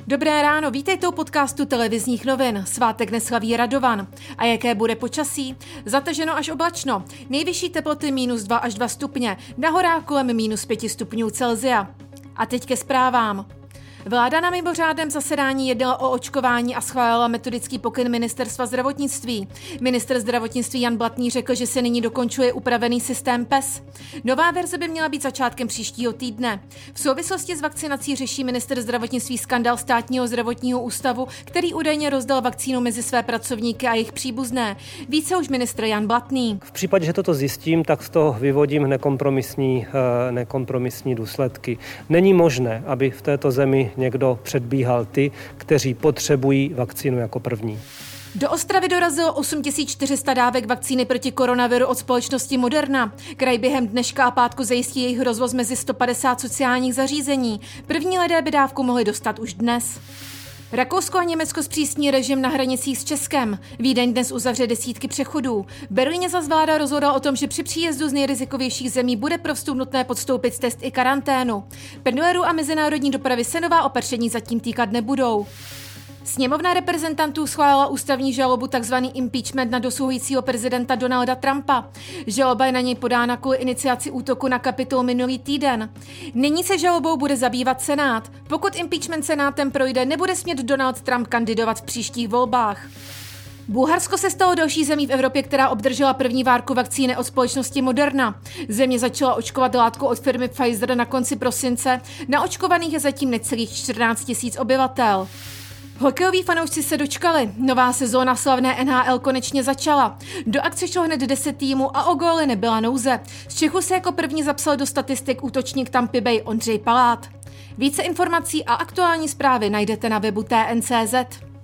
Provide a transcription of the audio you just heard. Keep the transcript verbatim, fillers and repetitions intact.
Dobré ráno, vítejte u podcastu televizních novin. Svátek neslaví Radovan. A jaké bude počasí? Zataženo až oblačno. Nejvyšší teploty minus dva až dva stupně, na horách kolem minus pět stupňů Celsia. A teď ke zprávám. Vláda na mimořádném zasedání jednala o očkování a schválila metodický pokyn ministerstva zdravotnictví. Ministr zdravotnictví Jan Blatný řekl, že se nyní dokončuje upravený systém P E S. Nová verze by měla být začátkem příštího týdne. V souvislosti s vakcinací řeší ministr zdravotnictví skandál Státního zdravotního ústavu, který údajně rozdal vakcínu mezi své pracovníky a jejich příbuzné. Více už ministr Jan Blatný. V případě, že toto zjistím, tak z toho vyvodím nekompromisní, nekompromisní důsledky. Není možné, aby v této zemi někdo předbíhal ty, kteří potřebují vakcínu jako první. Do Ostravy dorazilo osm tisíc čtyři sta dávek vakcíny proti koronaviru od společnosti Moderna. Kraj během dneška a pátku zajistí jejich rozvoz mezi sto padesát sociálních zařízení. První lidé by dávku mohli dostat už dnes. Rakousko a Německo zpřísní režim na hranicích s Českem. Vídeň dnes uzavře desítky přechodů. V Berlíně zas vláda rozhodla o tom, že při příjezdu z nejrizikovějších zemí bude pro vstup nutné podstoupit test i karanténu. Pendlerů a mezinárodní dopravy se nová opatření zatím týkat nebudou. Sněmovna reprezentantů schválila ústavní žalobu tzv. Impeachment na dosluhujícího prezidenta Donalda Trumpa. Žaloba je na něj podána kvůli iniciaci útoku na Kapitol minulý týden. Nyní se žalobou bude zabývat Senát. Pokud impeachment Senátem projde, nebude smět Donald Trump kandidovat v příštích volbách. Bulharsko se stalo další zemí v Evropě, která obdržela první várku vakcíny od společnosti Moderna. Země začala očkovat látku od firmy Pfizer na konci prosince. Naočkovaných je zatím necelých čtrnáct tisíc obyvatel. Hokejoví fanoušci se dočkali. Nová sezóna slavné N H L konečně začala. Do akce šlo hned deset týmů a o góly nebyla nouze. Z Čechu se jako první zapsal do statistik útočník Tampy Bay Ondřej Palát. Více informací a aktuální zprávy najdete na webu T N C Z.